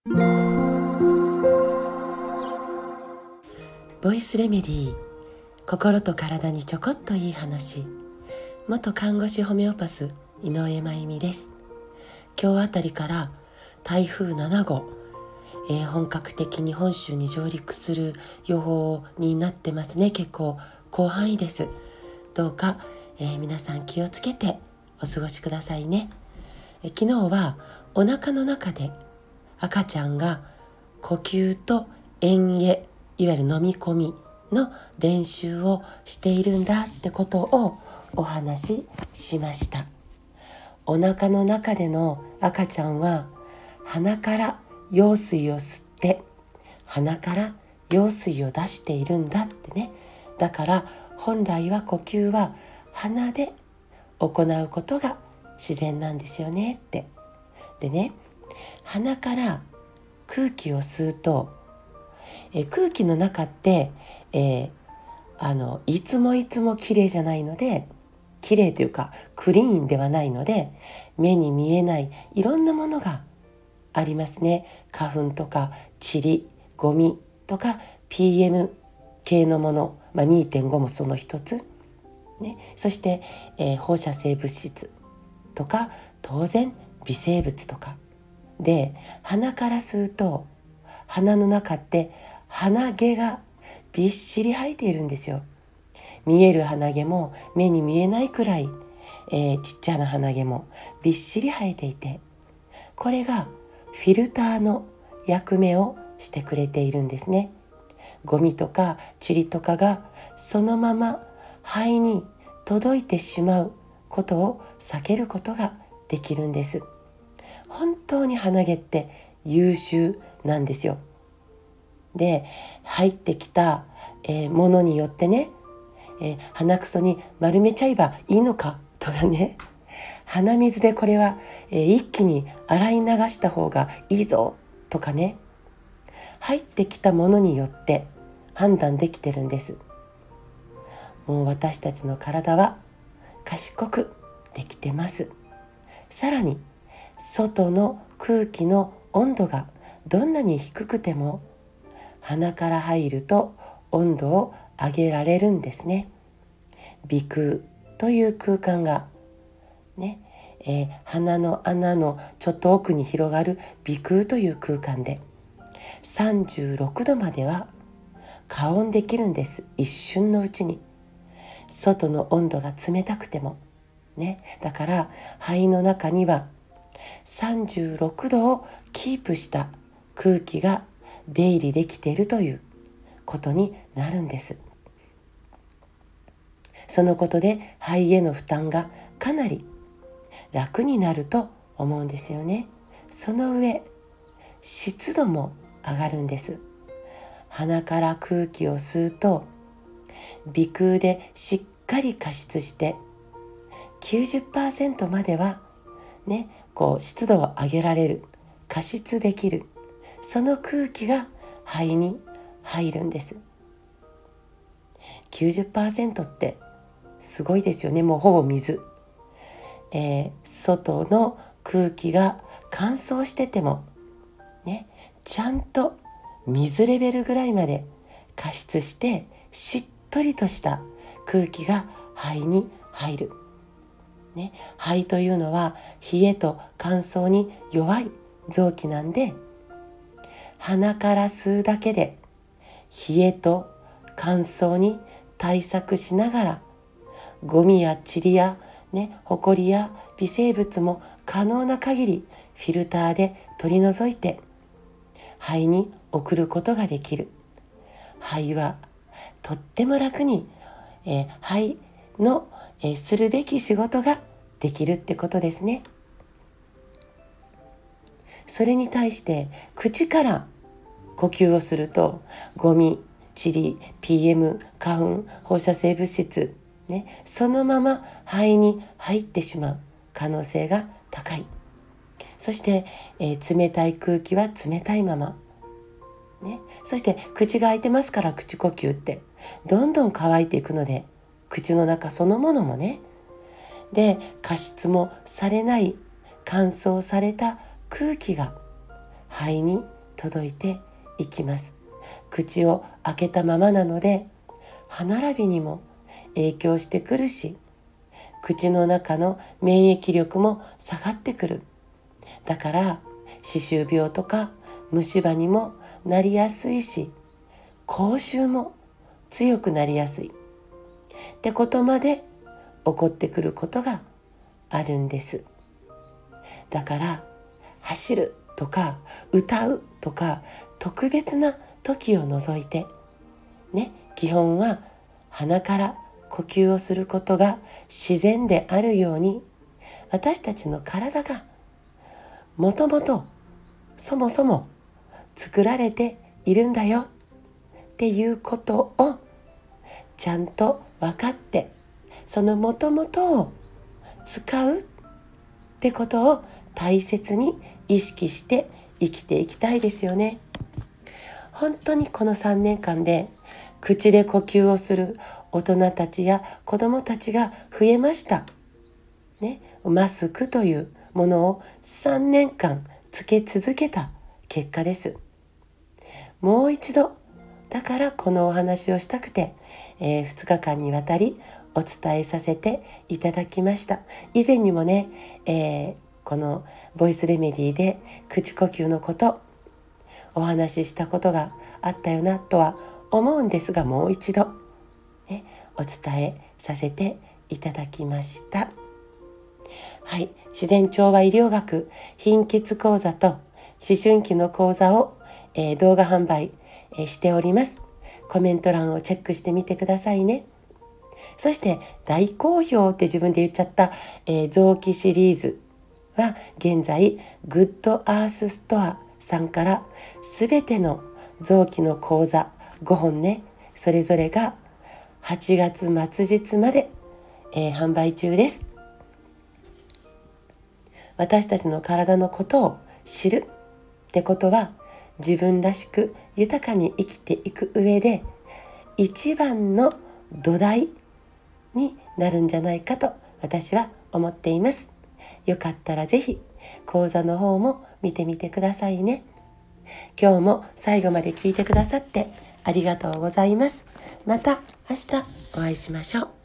ボイスレメディー、心と体にちょこっといい話。元看護師ホメオパス井上真由美です。今日あたりから台風7号、本格的に本州に上陸する予報になってますね。結構広範囲です。どうか、皆さん気をつけてお過ごしくださいね。昨日はお腹の中で赤ちゃんが呼吸と嚥嚥、いわゆる飲み込みの練習をしているんだってことをお話ししました。お腹の中での赤ちゃんは鼻から羊水を吸って鼻から羊水を出しているんだってね。だから本来は呼吸は鼻で行うことが自然なんですよねって。でね、鼻から空気を吸うと、空気の中って、いつもきれいじゃないので、きれいというかクリーンではないので、目に見えないいろんなものがありますね。花粉とか塵、ゴミとか PM 系のもの、2.5 もその一つ、ね、そして、放射性物質とか当然微生物とかで、鼻から吸うと鼻の中って鼻毛がびっしり生えているんですよ。見える鼻毛も目に見えないくらい、ちっちゃな鼻毛もびっしり生えていて、これがフィルターの役目をしてくれているんですね。ゴミとか塵とかがそのまま肺に届いてしまうことを避けることができるんです。本当に鼻毛って優秀なんですよ。で、入ってきた、ものによってね、鼻くそに丸めちゃえばいいのかとかね、鼻水でこれは、一気に洗い流した方がいいぞとかね、入ってきたものによって判断できてるんです。もう私たちの体は賢くできてます。さらに外の空気の温度がどんなに低くても鼻から入ると温度を上げられるんですね。鼻腔という空間がね、鼻の穴のちょっと奥に広がる鼻腔という空間で36度までは加温できるんです。一瞬のうちに。外の温度が冷たくてもね、だから肺の中には36度をキープした空気が出入りできているということになるんです。そのことで肺への負担がかなり楽になると思うんですよね。その上、湿度も上がるんです。鼻から空気を吸うと鼻腔でしっかり加湿して90% まではね、湿度を上げられる、加湿できる、その空気が肺に入るんです。 90% ってすごいですよね。もうほぼ水、外の空気が乾燥しててもね、ちゃんと水レベルぐらいまで加湿してしっとりとした空気が肺に入る、ね、肺というのは冷えと乾燥に弱い臓器なんで、鼻から吸うだけで冷えと乾燥に対策しながら、ゴミや塵や、ホコリや微生物も可能な限りフィルターで取り除いて肺に送ることができる。肺はとっても楽に、肺の、するべき仕事ができるってことですね。それに対して口から呼吸をすると、ゴミ、塵、PM、花粉、放射性物質、そのまま肺に入ってしまう可能性が高い。そして、冷たい空気は冷たいまま、そして口が開いてますから口呼吸ってどんどん乾いていくので、口の中そのものもね、で加湿もされない乾燥された空気が肺に届いていきます。口を開けたままなので歯並びにも影響してくるし、口の中の免疫力も下がってくる。だから歯周病とか虫歯にもなりやすいし、口臭も強くなりやすいってことまで起こってくることがあるんです。だから走るとか歌うとか特別な時を除いてね、基本は鼻から呼吸をすることが自然であるように、私たちの体がもともとそもそも作られているんだよっていうことをちゃんと分かって、そのもともとを使うってことを大切に意識して生きていきたいですよね。本当にこの3年間で口で呼吸をする大人たちや子どもたちが増えました、ね、マスクというものを3年間つけ続けた結果です。もう一度だからこのお話をしたくて、2日間にわたりお伝えさせていただきました。以前にもね、このボイスレメディで口呼吸のことお話ししたことがあったよなとは思うんですが、もう一度、ね、お伝えさせていただきました。はい、自然調和医療学貧血講座と思春期の講座を、動画販売、しております。コメント欄をチェックしてみてくださいね。そして大好評って自分で言っちゃった、臓器シリーズは現在グッドアースストアさんからすべての臓器の講座5本ね、それぞれが8月末日まで、販売中です。私たちの体のことを知るってことは、自分らしく豊かに生きていく上で一番の土台になるんじゃないかと私は思っています。よかったらぜひ講座の方も見てみてくださいね。今日も最後まで聞いてくださってありがとうございます。また明日お会いしましょう。